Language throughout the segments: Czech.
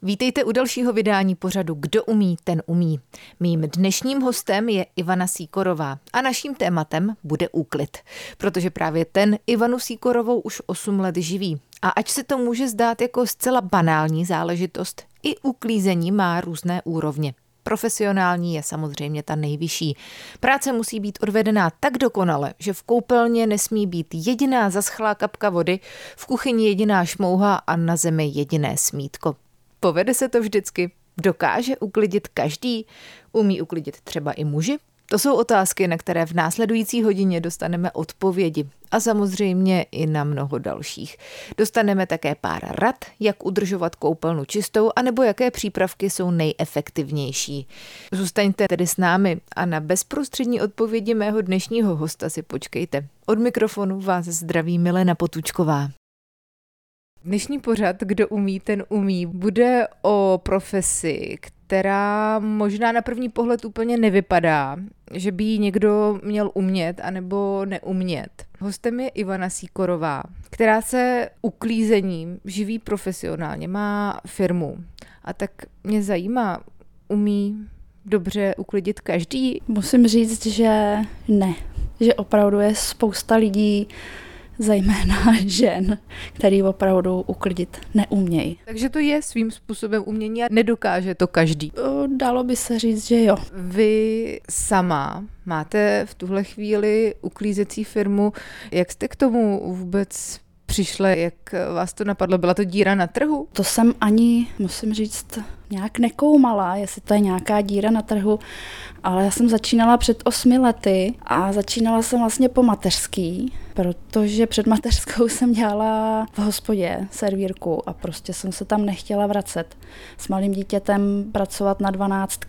Vítejte u dalšího vydání pořadu Kdo umí, ten umí. Mým dnešním hostem je Ivana Sýkorová a naším tématem bude úklid, protože právě ten Ivanu Sýkorovou už 8 let živí. A ač se to může zdát jako zcela banální záležitost, i uklízení má různé úrovně. Profesionální je samozřejmě ta nejvyšší. Práce musí být odvedená tak dokonale, že v koupelně nesmí být jediná zaschlá kapka vody, v kuchyni jediná šmouha a na zemi jediné smítko. Povede se to vždycky? Dokáže uklidit každý? Umí uklidit třeba i muži? To jsou otázky, na které v následující hodině dostaneme odpovědi. A samozřejmě i na mnoho dalších. Dostaneme také pár rad, jak udržovat koupelnu čistou, anebo jaké přípravky jsou nejefektivnější. Zůstaňte tedy s námi a na bezprostřední odpovědi mého dnešního hosta si počkejte. Od mikrofonu vás zdraví Milena Potůčková. Dnešní pořad Kdo umí, ten umí bude o profesi, která možná na první pohled úplně nevypadá, že by ji někdo měl umět anebo neumět. Hostem je Ivana Sýkorová, která se uklízením živí profesionálně, má firmu. A tak mě zajímá, umí dobře uklidit každý? Musím říct, že ne. Že opravdu je spousta lidí, zejména žen, který opravdu uklidit neumějí. Takže to je svým způsobem umění a nedokáže to každý. Dalo by se říct, že jo. Vy sama máte v tuhle chvíli uklízecí firmu. Jak jste k tomu vůbec přišli? Jak vás to napadlo? Byla to díra na trhu? To jsem ani, musím říct, nějak nekoumala, jestli to je nějaká díra na trhu, ale já jsem začínala před 8 lety a začínala jsem vlastně po mateřský, protože před mateřskou jsem dělala v hospodě servírku a prostě jsem se tam nechtěla vracet. S malým dítětem pracovat na 12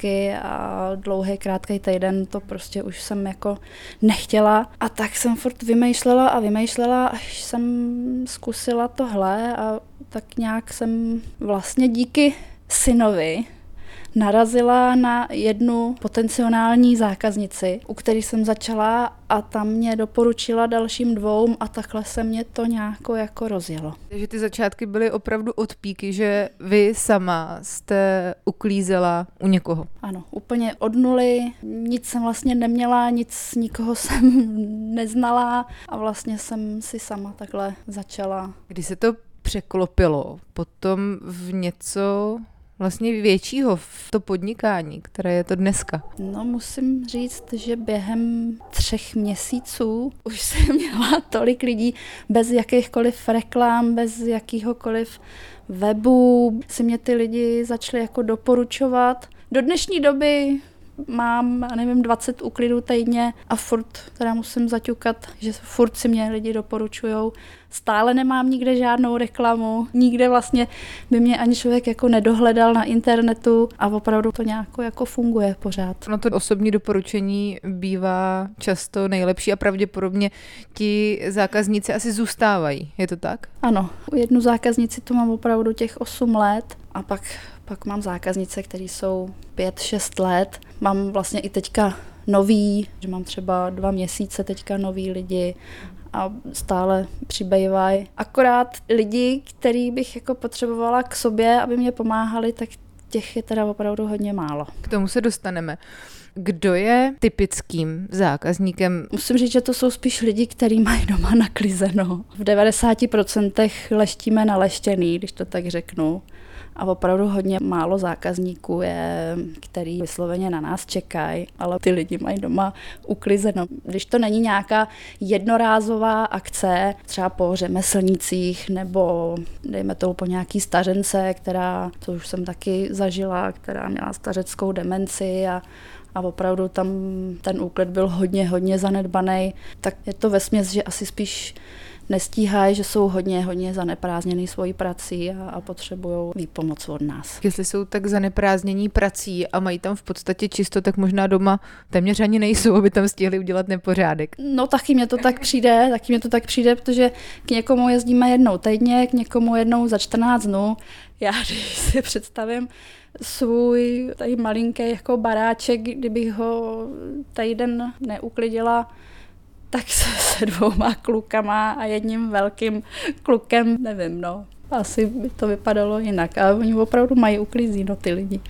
a dlouhý, krátký týden, to prostě už jsem jako nechtěla. A tak jsem furt vymýšlela, až jsem zkusila tohle a tak nějak jsem vlastně díky synovi narazila na jednu potenciální zákaznici, u které jsem začala a tam mě doporučila dalším 2 a takhle se mě to nějako jako rozjelo. Takže ty začátky byly opravdu od píky, že vy sama jste uklízela u někoho. Ano, úplně od nuly, nic jsem vlastně neměla, nikoho jsem neznala a vlastně jsem si sama takhle začala. Kdy se to překlopilo potom v něco vlastně většího, v to podnikání, které je to dneska? No, musím říct, že během 3 měsíců už jsem měla tolik lidí bez jakýchkoliv reklam, bez jakýhokoliv webu. Si mě ty lidi začaly jako doporučovat. Do dnešní doby mám, 20 úklidů týdně a furt teda musím zaťukat, že furt si mě lidi doporučujou. Stále nemám nikde žádnou reklamu, nikde vlastně by mě ani člověk jako nedohledal na internetu a opravdu to nějak jako funguje pořád. No to osobní doporučení bývá často nejlepší a pravděpodobně ti zákazníci asi zůstávají, je to tak? Ano, u jednu zákaznici to mám opravdu těch 8 let a pak mám zákaznice, které jsou 5-6 let. Mám vlastně i teďka nový, že mám třeba 2 měsíce teďka nový lidi a stále přibývají. Akorát lidi, který bych jako potřebovala k sobě, aby mě pomáhali, tak těch je teda opravdu hodně málo. K tomu se dostaneme. Kdo je typickým zákazníkem? Musím říct, že to jsou spíš lidi, kteří mají doma naklizeno. V 90% leštíme naleštěný, když to tak řeknu. A opravdu hodně málo zákazníků je, který vysloveně na nás čekají, ale ty lidi mají doma uklizeno. Když to není nějaká jednorázová akce, třeba po řemeslnících nebo dejme tomu po nějaký stařence, to už jsem taky zažila, která měla stařeckou demenci a opravdu tam ten úklid byl hodně zanedbaný, tak je to vesměs, že asi spíš nestíhají, že jsou hodně zaneprázdněný svojí prací a potřebují výpomoc od nás. Jestli jsou tak zaneprázdnění prací a mají tam v podstatě čisto, tak možná doma téměř ani nejsou, aby tam stihli udělat nepořádek. No taky mě to tak přijde, protože k někomu jezdíme jednou týdně, k někomu jednou za 14 dnů. Já když si představím svůj tady malinký jako baráček, kdybych ho týden neuklidila, tak se 2 klukama a jedním velkým klukem, nevím, asi by to vypadalo jinak. Ale oni opravdu mají uklízí, no, ty lidi.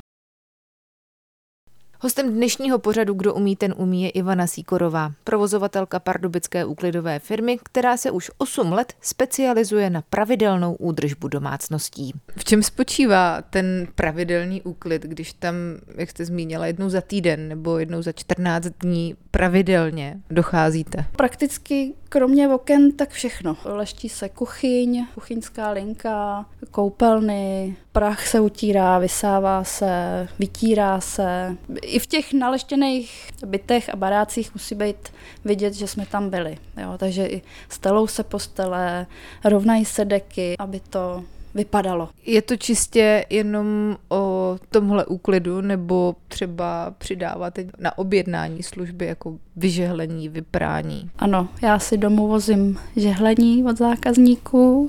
Hostem dnešního pořadu Kdo umí, ten umí je Ivana Sýkorová, provozovatelka pardubické úklidové firmy, která se už 8 let specializuje na pravidelnou údržbu domácností. V čem spočívá ten pravidelný úklid, když tam, jak jste zmínila, jednou za týden nebo jednou za 14 dní pravidelně docházíte? Prakticky kromě oken tak všechno. Leští se kuchyň, kuchyňská linka, koupelny, prach se utírá, vysává se, vytírá se. I v těch naleštěných bytech a barácích musí být vidět, že jsme tam byli. Jo, takže i stelou se postele, rovnají se deky, aby to vypadalo. Je to čistě jenom o tomhle úklidu, nebo třeba přidáváte na objednání služby jako vyžehlení, vyprání? Ano, já si domů vozím žehlení od zákazníků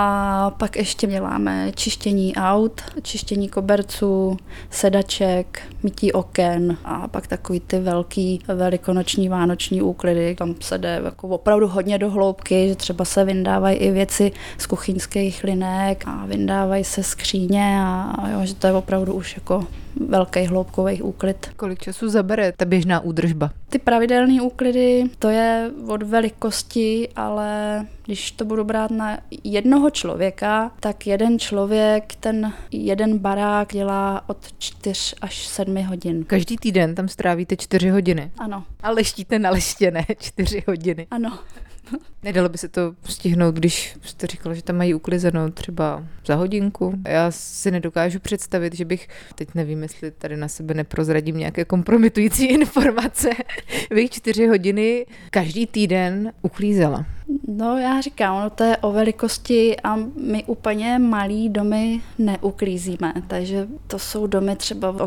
a pak ještě děláme čištění aut, čištění koberců, sedaček, mytí oken a pak takový ty velký velikonoční, vánoční úklidy. Tam se jde jako opravdu hodně do hloubky, že třeba se vyndávají i věci z kuchyňských linek a vyndávají se skříně a jo, že to je opravdu už jako velký hloubkový úklid. Kolik času zabere ta běžná údržba? Ty pravidelné úklidy, to je od velikosti, ale když to budu brát na jednoho člověka, tak jeden člověk ten jeden barák dělá od 4 až 7 hodin. Každý týden tam strávíte 4 hodiny? Ano. A leštíte naleštěné 4 hodiny? Ano. Nedalo by se to stihnout, když jste říkala, že tam mají uklizeno třeba za hodinku? Já si nedokážu představit, že bych, teď nevím, jestli tady na sebe neprozradím nějaké kompromitující informace, bych 4 hodiny každý týden uklízela. No já říkám, no to je o velikosti a my úplně malý domy neuklízíme, takže to jsou domy třeba od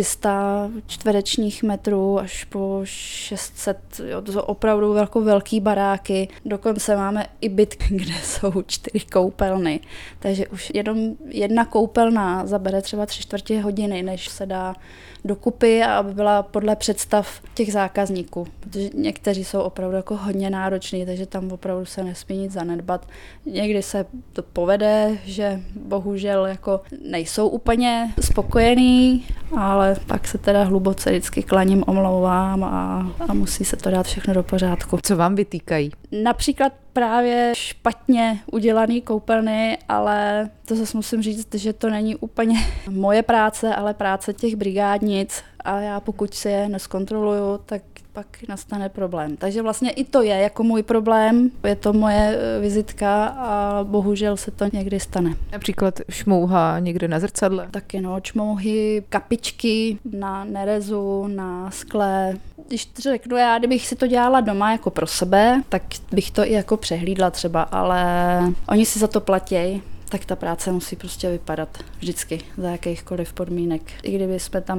300 čtverečních metrů až po 600, jo, to jsou opravdu velký baráky, dokonce máme i byt, kde jsou 4 koupelny, takže už jenom jedna koupelna zabere třeba 3/4 hodiny, než se dá dokupy a aby byla podle představ těch zákazníků, protože někteří jsou opravdu jako hodně nároční, takže tam opravdu se nesmí nic zanedbat. Někdy se to povede, že bohužel jako nejsou úplně spokojení, ale pak se teda hluboce vždycky klaním, omlouvám a musí se to dát všechno do pořádku. Co vám vytýkají? Například právě špatně udělaný koupelny, ale to zase musím říct, že to není úplně moje práce, ale práce těch brigádnic a já pokud si je neskontroluju, tak pak nastane problém. Takže vlastně i to je jako můj problém, je to moje vizitka a bohužel se to někdy stane. Například šmouha někde na zrcadle? Taky no, šmouhy, kapičky na nerezu, na skle. Když řeknu já, kdybych si to dělala doma jako pro sebe, tak bych to i jako přehlídla třeba, ale oni si za to platí, tak ta práce musí prostě vypadat vždycky za jakýchkoliv podmínek. I kdyby jsme tam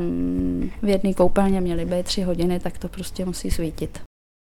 v jedné koupelně měli být 3 hodiny, tak to prostě musí svítit.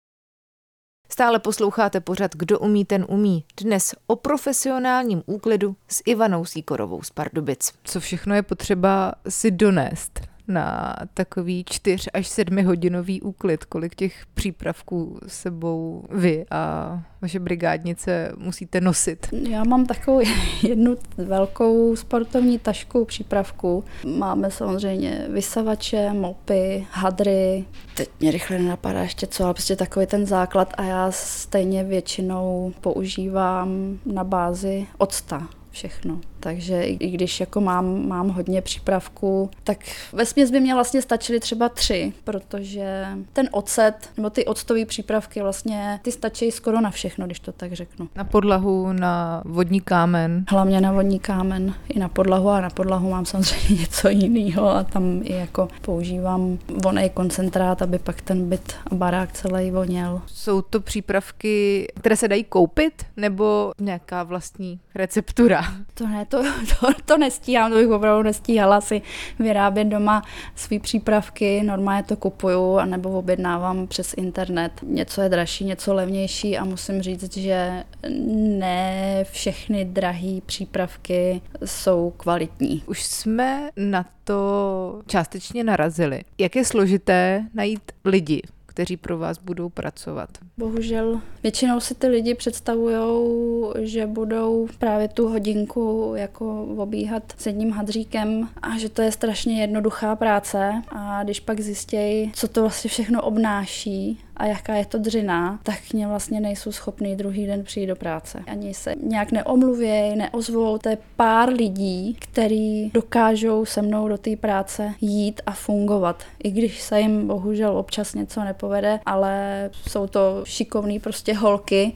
Stále posloucháte pořad Kdo umí, ten umí. Dnes o profesionálním úklidu s Ivanou Sýkorovou z Pardubic. Co všechno je potřeba si donést na takový 4 až 7 hodinový úklid? Kolik těch přípravků sebou vy a vaše brigádnice musíte nosit? Já mám takovou jednu velkou sportovní tašku přípravku. Máme samozřejmě vysavače, mopy, hadry. Teď mě rychle nenapadá ještě co, ale prostě takový ten základ a já stejně většinou používám na bázi octa všechno. Takže i když jako mám hodně přípravků, tak vesměs by mě vlastně stačily třeba 3, protože ten ocet nebo ty octové přípravky vlastně ty stačí skoro na všechno, když to tak řeknu. Na podlahu, na vodní kámen? Hlavně na vodní kámen i na podlahu a na podlahu mám samozřejmě něco jiného a tam i jako používám vonej koncentrát, aby pak ten byt a barák celý voněl. Jsou to přípravky, které se dají koupit nebo nějaká vlastní receptura? To ne, to nestíhám, to bych opravdu nestíhala si vyrábět doma svý přípravky, normálně to kupuju anebo objednávám přes internet. Něco je dražší, něco levnější a musím říct, že ne všechny drahé přípravky jsou kvalitní. Už jsme na to částečně narazili. Jak je složité najít lidi, kteří pro vás budou pracovat? Bohužel většinou si ty lidi představujou, že budou právě tu hodinku jako obíhat s jedním hadříkem a že to je strašně jednoduchá práce a když pak zjistějí, co to vlastně všechno obnáší a jaká je to dřina, tak mě vlastně nejsou schopný druhý den přijít do práce. Ani se nějak neomluvějí, neozvou. To je pár lidí, kteří dokážou se mnou do té práce jít a fungovat. I když se jim bohužel občas něco nepovede, ale jsou to šikovný prostě holky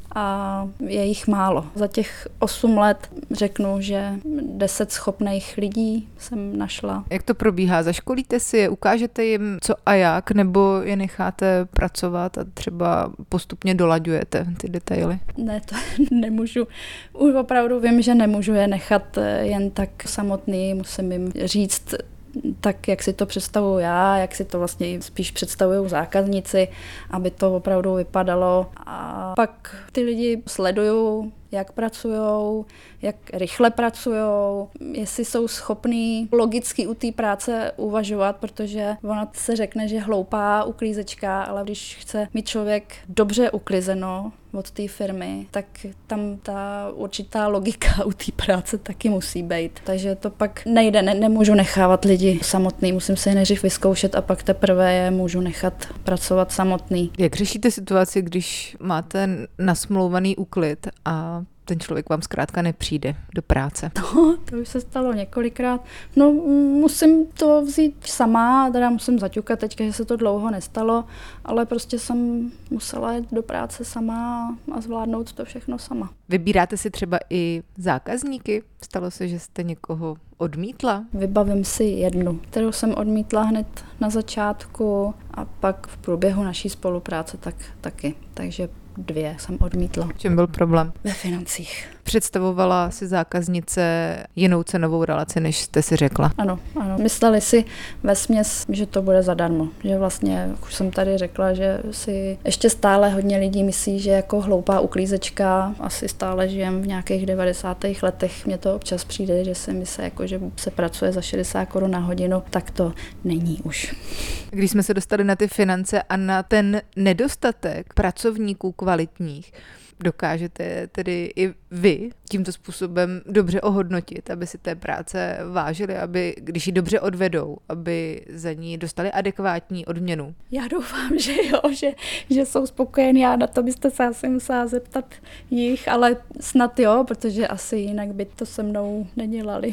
a je jich málo. Za těch 8 let řeknu, že 10 schopných lidí jsem našla. Jak to probíhá? Zaškolíte si je, ukážete jim co a jak, nebo je necháte pracovat a třeba postupně dolaďujete ty detaily? Ne, to nemůžu. Už opravdu vím, že nemůžu je nechat jen tak samotný, musím jim říct tak, jak si to představuju já, jak si to vlastně spíš představují zákazníci, aby to opravdu vypadalo. A pak ty lidi sledují, jak pracujou, jak rychle pracujou, jestli jsou schopní logicky u té práce uvažovat, protože ona se řekne, že hloupá uklízečka, ale když chce mít člověk dobře uklizeno od té firmy, tak tam ta určitá logika u té práce taky musí být. Takže to pak nejde, nemůžu nechávat lidi samotný, musím se je nejdřív vyzkoušet a pak teprve je můžu nechat pracovat samotný. Jak řešíte situaci, když máte nasmlouvaný úklid a ten člověk vám zkrátka nepřijde do práce? No, to už se stalo několikrát. No, musím to vzít sama, teda musím zaťukat teďka, že se to dlouho nestalo, ale prostě jsem musela jít do práce sama a zvládnout to všechno sama. Vybíráte si třeba i zákazníky? Stalo se, že jste někoho odmítla? Vybavím si jednu, kterou jsem odmítla hned na začátku a pak v průběhu naší spolupráce taky. Takže 2 jsem odmítla. V čem byl problém? Ve financích. Představovala si zákaznice jinou cenovou relaci, než jste si řekla? Ano. Mysleli si vesměs, že to bude zadarmo. Že vlastně, už jsem tady řekla, že si ještě stále hodně lidí myslí, že jako hloupá uklízečka, asi stále žijem v nějakých 90. letech, mně to občas přijde, že si myslí, jako, že se pracuje za 60 Kč na hodinu, tak to není už. Když jsme se dostali na ty finance a na ten nedostatek pracovníků kvalitních, dokážete tedy i vy tímto způsobem dobře ohodnotit, aby si té práce vážili, aby, když ji dobře odvedou, aby za ní dostali adekvátní odměnu? Já doufám, že jo, že jsou spokojení a na to byste se asi musela zeptat jich, ale snad jo, protože asi jinak by to se mnou nedělali.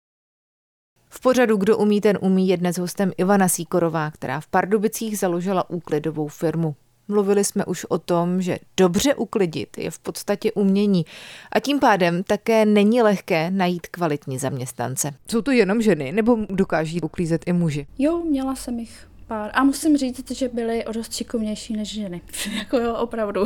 V pořadu Kdo umí, ten umí je dnes hostem Ivana Sýkorová, která v Pardubicích založila úklidovou firmu. Mluvili jsme už o tom, že dobře uklidit je v podstatě umění a tím pádem také není lehké najít kvalitní zaměstnance. Jsou to jenom ženy nebo dokáží uklízet i muži? Jo, měla jsem jich pár a musím říct, že byly o dost šikovnější než ženy. Jako jo, opravdu.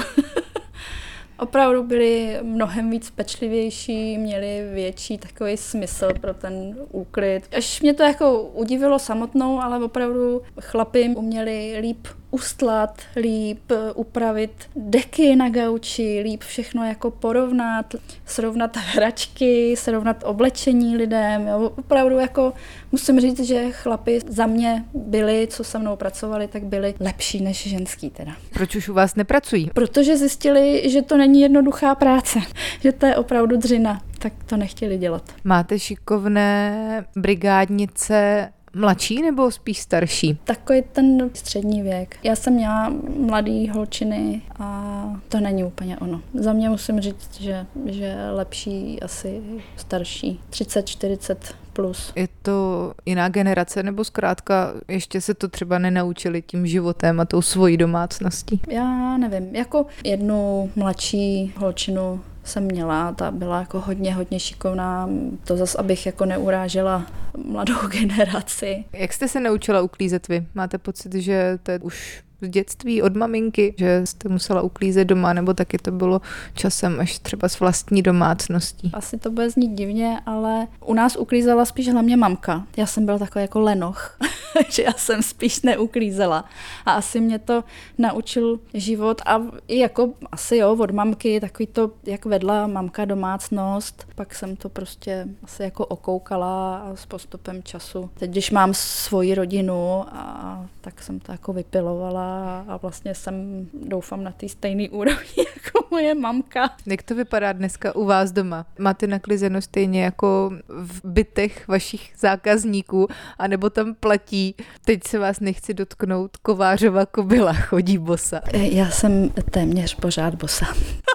Opravdu byli mnohem víc pečlivější, měli větší takový smysl pro ten úklid. Až mě to jako udivilo samotnou, ale opravdu chlapi uměli líp ustlat, líp upravit deky na gauči, líp všechno jako porovnat, srovnat hračky, srovnat oblečení lidem. Jo. Opravdu jako musím říct, že chlapi za mě byli, co se mnou pracovali, tak byli lepší než ženský teda. Proč už u vás nepracují? Protože zjistili, že to není jednoduchá práce, že to je opravdu dřina, tak to nechtěli dělat. Máte šikovné brigádnice mladší nebo spíš starší? Takový ten střední věk. Já jsem měla mladý holčiny a to není úplně ono. Za mě musím říct, že lepší asi starší. 30, 40 plus. Je to jiná generace nebo zkrátka ještě se to třeba nenaučili tím životem a tou svojí domácností? Já nevím. Jako jednu mladší holčinu jsem měla, ta byla jako hodně šikovná, to zas, abych jako neurážela mladou generaci. Jak jste se naučila uklízet vy? Máte pocit, že to je už z dětství, od maminky, že jste musela uklízet doma, nebo taky to bylo časem až třeba s vlastní domácností? Asi to bude znít divně, ale u nás uklízela spíš hlavně mamka. Já jsem byla takový jako lenoch. že já jsem spíš neuklízela. A asi mě to naučil život a i jako asi jo, od mamky, takový to, jak vedla mamka domácnost, pak jsem to prostě asi jako okoukala a s postupem času. Teď, když mám svoji rodinu, tak jsem to jako vypilovala a vlastně jsem, doufám, na té stejné úrovni jako moje mamka. Jak to vypadá dneska u vás doma? Máte naklizeno stejně jako v bytech vašich zákazníků, anebo tam platí, teď se vás nechci dotknout, kovářova kobyla chodí bosa? Já jsem téměř pořád bosa.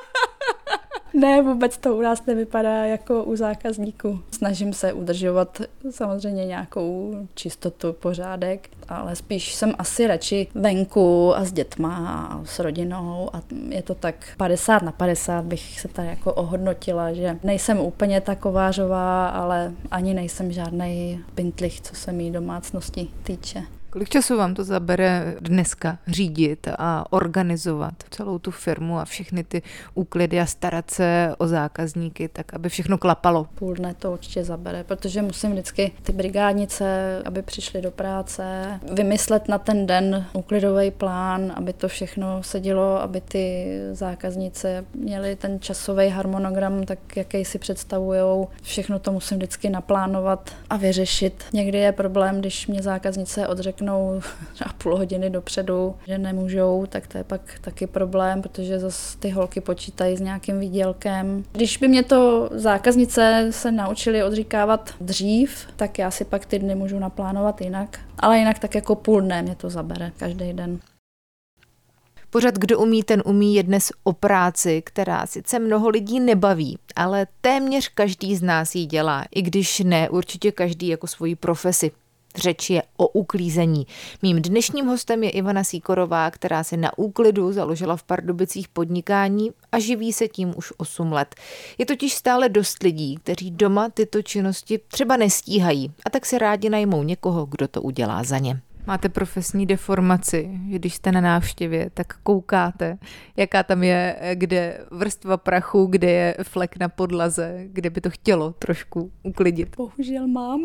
Ne, vůbec to u nás nevypadá jako u zákazníků. Snažím se udržovat samozřejmě nějakou čistotu, pořádek, ale spíš jsem asi radši venku a s dětma a s rodinou a je to tak 50/50 bych se tady jako ohodnotila, že nejsem úplně ta kovářová, ale ani nejsem žádnej pintlich, co se mý domácnosti týče. Kolik času vám to zabere dneska řídit a organizovat celou tu firmu a všechny ty úklidy a starat se o zákazníky, tak aby všechno klapalo? Půl dne to určitě zabere, protože musím vždycky ty brigádnice, aby přišly do práce, vymyslet na ten den úklidový plán, aby to všechno sedělo, aby ty zákaznice měly ten časový harmonogram, tak jaký si představujou. Všechno to musím vždycky naplánovat a vyřešit. Někdy je problém, když mě zákaznice odřeknou třeba půl hodiny dopředu, že nemůžou, tak to je pak taky problém, protože zase ty holky počítají s nějakým výdělkem. Když by mě to zákaznice se naučily odříkávat dřív, tak já si pak ty dny můžu naplánovat jinak. Ale jinak tak jako půl dne mě to zabere každý den. Pořad Kdo umí, ten umí je dnes o práci, která sice mnoho lidí nebaví, ale téměř každý z nás ji dělá, i když ne určitě každý jako svoji profesi. Řeč je o uklízení. Mým dnešním hostem je Ivana Sýkorová, která si na úklidu založila v Pardubicích podnikání a živí se tím už 8 let. Je totiž stále dost lidí, kteří doma tyto činnosti třeba nestíhají a tak si rádi najmou někoho, kdo to udělá za ně. Máte profesní deformaci, když jste na návštěvě, tak koukáte, jaká tam je, kde vrstva prachu, kde je flek na podlaze, kde by to chtělo trošku uklidit. Bohužel mám.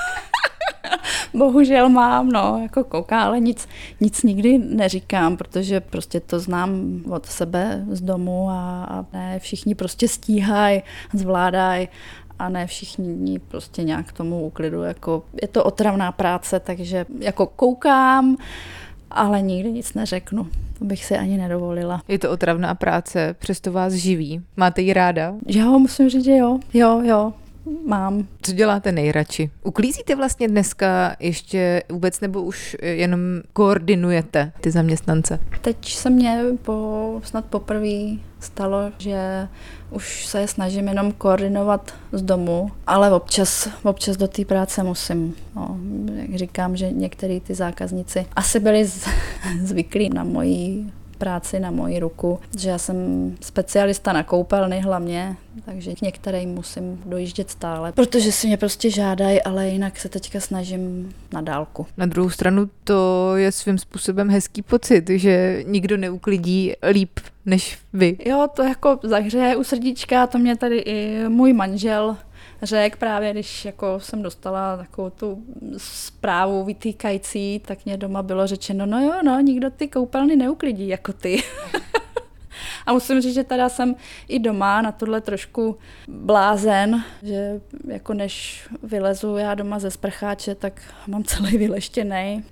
Bohužel mám, no, jako koukám, ale nic nikdy neříkám, protože prostě to znám od sebe z domu a ne všichni prostě stíhají, zvládají a ne všichni prostě nějak tomu úklidu, jako je to otravná práce, takže jako koukám, ale nikdy nic neřeknu, to bych si ani nedovolila. Je to otravná práce, přesto vás živí, máte ji ráda? Jo, musím říct, že jo. Mám. Co děláte nejradši? Uklízíte vlastně dneska ještě vůbec nebo už jenom koordinujete ty zaměstnance? Teď se mně snad poprvé stalo, že už se snažím jenom koordinovat z domu, ale občas do té práce musím. No, jak říkám, že některý ty zákazníci asi byli zvyklí na moji práci, na moji ruku, že já jsem specialista na koupelny hlavně, takže k některým musím dojíždět stále, protože si mě prostě žádají, ale jinak se teďka snažím na dálku. Na druhou stranu to je svým způsobem hezký pocit, že nikdo neuklidí líp než vy. Jo, to jako zahřeje u srdíčka, to mě tady i můj manžel řekl právě, když jako jsem dostala takovou tu zprávu vytýkající, tak mě doma bylo řečeno, nikdo ty koupelny neuklidí jako ty. A musím říct, že teda jsem i doma na tohle trošku blázen, že jako než vylezu já doma ze sprcháče, tak mám celý vyleštěnej.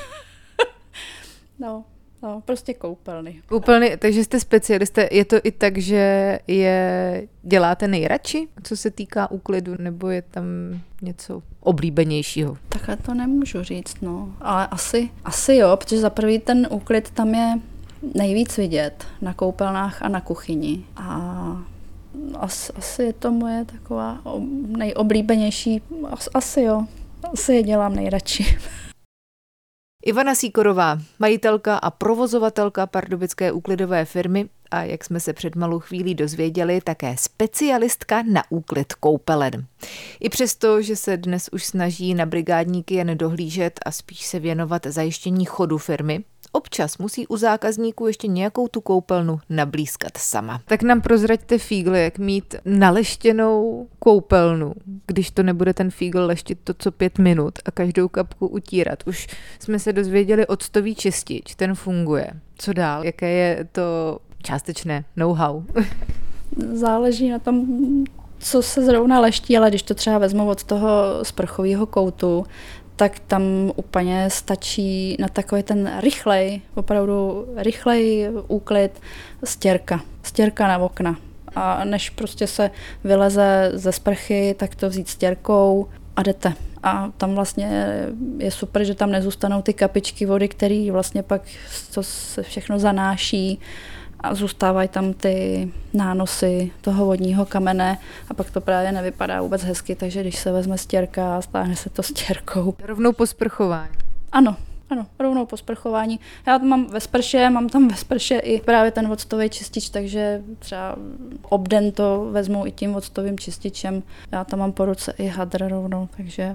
No, prostě koupelny. Koupelny, takže jste specialista. Je to i tak, že je děláte nejradši, co se týká úklidu, nebo je tam něco oblíbenějšího? Takhle to nemůžu říct, no. Ale asi jo, protože za prvý ten úklid tam je nejvíc vidět na koupelnách a na kuchyni. A asi je to moje taková nejoblíbenější, asi jo. Asi je dělám nejradši. Ivana Sýkorová, majitelka a provozovatelka pardubické úklidové firmy a jak jsme se před malou chvílí dozvěděli, také specialistka na úklid koupelen. I přesto, že se dnes už snaží na brigádníky jen dohlížet a spíš se věnovat zajištění chodu firmy, občas musí u zákazníků ještě nějakou tu koupelnu nablízkat sama. Tak nám prozraďte fígly, jak mít naleštěnou koupelnu, když to nebude ten fígl leštit to co 5 minut a každou kapku utírat. Už jsme se dozvěděli octový čistič, ten funguje. Co dál? Jaké je to částečné know-how? Záleží na tom, co se zrovna leští, ale když to třeba vezmu od toho sprchového koutu, tak tam úplně stačí na takový ten opravdu rychlej úklid stěrka na okna. A než prostě se vyleze ze sprchy, tak to vzít stěrkou a jdete. A tam vlastně je super, že tam nezůstanou ty kapičky vody, které vlastně pak to se všechno zanáší a zůstávají tam ty nánosy toho vodního kamene a pak to právě nevypadá vůbec hezky, takže když se vezme stěrka a stáhne se to stěrkou. Rovnou po sprchování. Ano, rovnou po sprchování. Já to mám tam ve sprše i právě ten octový čistič, takže třeba obden to vezmu i tím octovým čističem. Já tam mám po ruce i hadr rovnou, takže...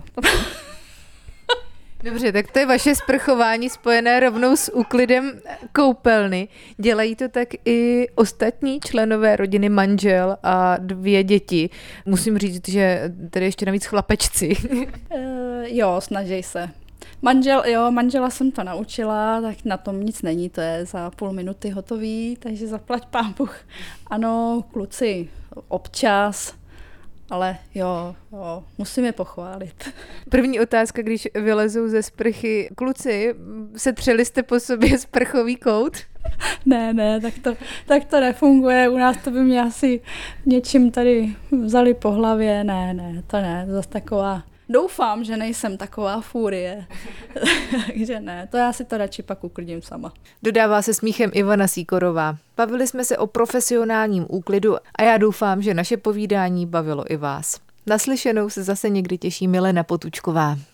Dobře, tak to je vaše sprchování spojené rovnou s úklidem koupelny. Dělají to tak i ostatní členové rodiny, manžel a 2 děti. Musím říct, že tady ještě navíc chlapečci. Jo, snaží se. Manžela jsem to naučila, tak na tom nic není, to je za půl minuty hotový, takže zaplať pán Bůh. Ano, kluci občas, ale jo, musím je pochválit. První otázka, když vylezou ze sprchy. Kluci, setřeli jste po sobě sprchový kout? Ne, tak to nefunguje. U nás to by mě asi něčím tady vzali po hlavě. Ne, to ne, zase taková... Doufám, že nejsem taková fúrie. Takže ne, to já si to radši pak uklidím sama. Dodává se smíchem Ivana Sýkorová. Bavili jsme se o profesionálním úklidu a já doufám, že naše povídání bavilo i vás. Naslyšenou se zase někdy těší Milena Potůčková.